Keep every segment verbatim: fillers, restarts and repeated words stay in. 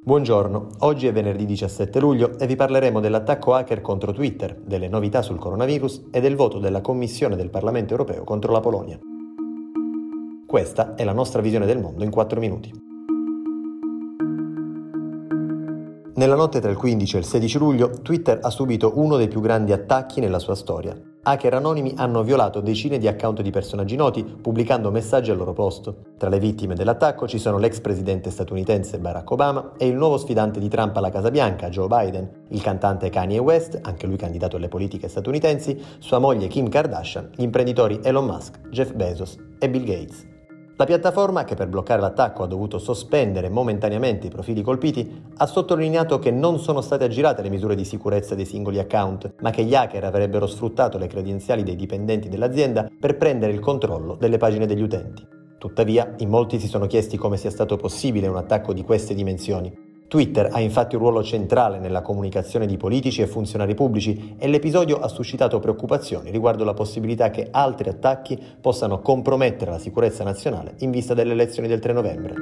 Buongiorno, oggi è venerdì diciassette luglio e vi parleremo dell'attacco hacker contro Twitter, delle novità sul coronavirus e del voto della Commissione del Parlamento europeo contro la Polonia. Questa è la nostra visione del mondo in quattro minuti. Nella notte tra il quindici e il sedici luglio, Twitter ha subito uno dei più grandi attacchi nella sua storia. Hacker anonimi hanno violato decine di account di personaggi noti, pubblicando messaggi al loro posto. Tra le vittime dell'attacco ci sono l'ex presidente statunitense Barack Obama e il nuovo sfidante di Trump alla Casa Bianca, Joe Biden, il cantante Kanye West, anche lui candidato alle politiche statunitensi, sua moglie Kim Kardashian, gli imprenditori Elon Musk, Jeff Bezos e Bill Gates. La piattaforma, che per bloccare l'attacco ha dovuto sospendere momentaneamente i profili colpiti, ha sottolineato che non sono state aggirate le misure di sicurezza dei singoli account, ma che gli hacker avrebbero sfruttato le credenziali dei dipendenti dell'azienda per prendere il controllo delle pagine degli utenti. Tuttavia, in molti si sono chiesti come sia stato possibile un attacco di queste dimensioni. Twitter ha infatti un ruolo centrale nella comunicazione di politici e funzionari pubblici e l'episodio ha suscitato preoccupazioni riguardo la possibilità che altri attacchi possano compromettere la sicurezza nazionale in vista delle elezioni del tre novembre.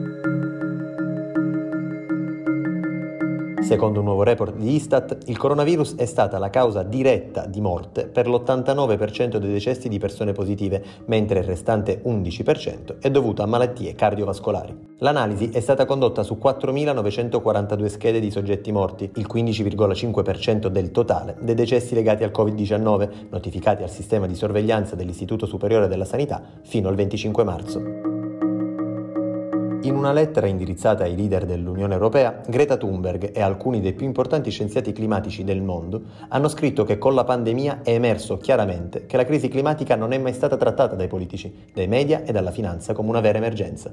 Secondo un nuovo report di Istat, il coronavirus è stata la causa diretta di morte per l'ottantanove per cento dei decessi di persone positive, mentre il restante undici per cento è dovuto a malattie cardiovascolari. L'analisi è stata condotta su quattromilanovecentoquarantadue schede di soggetti morti, il quindici virgola cinque per cento del totale dei decessi legati al covid diciannove, notificati al sistema di sorveglianza dell'Istituto Superiore della Sanità fino al venticinque marzo. In una lettera indirizzata ai leader dell'Unione Europea, Greta Thunberg e alcuni dei più importanti scienziati climatici del mondo hanno scritto che con la pandemia è emerso chiaramente che la crisi climatica non è mai stata trattata dai politici, dai media e dalla finanza come una vera emergenza.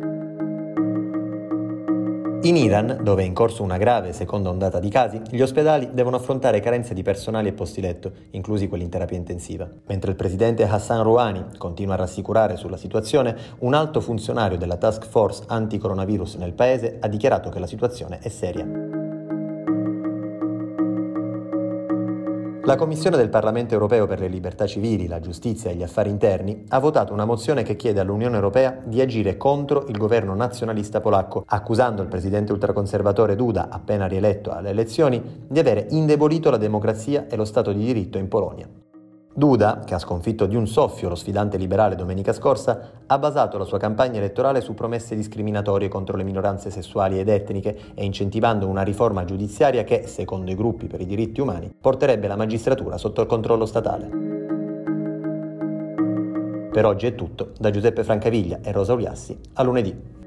In Iran, dove è in corso una grave seconda ondata di casi, gli ospedali devono affrontare carenze di personale e posti letto, inclusi quelli in terapia intensiva. Mentre il presidente Hassan Rouhani continua a rassicurare sulla situazione, un alto funzionario della task force anti-coronavirus nel paese ha dichiarato che la situazione è seria. La Commissione del Parlamento europeo per le libertà civili, la giustizia e gli affari interni ha votato una mozione che chiede all'Unione Europea di agire contro il governo nazionalista polacco, accusando il presidente ultraconservatore Duda, appena rieletto alle elezioni, di avere indebolito la democrazia e lo Stato di diritto in Polonia. Duda, che ha sconfitto di un soffio lo sfidante liberale domenica scorsa, ha basato la sua campagna elettorale su promesse discriminatorie contro le minoranze sessuali ed etniche e incentivando una riforma giudiziaria che, secondo i gruppi per i diritti umani, porterebbe la magistratura sotto il controllo statale. Per oggi è tutto, da Giuseppe Francaviglia e Rosa Uliassi, a lunedì.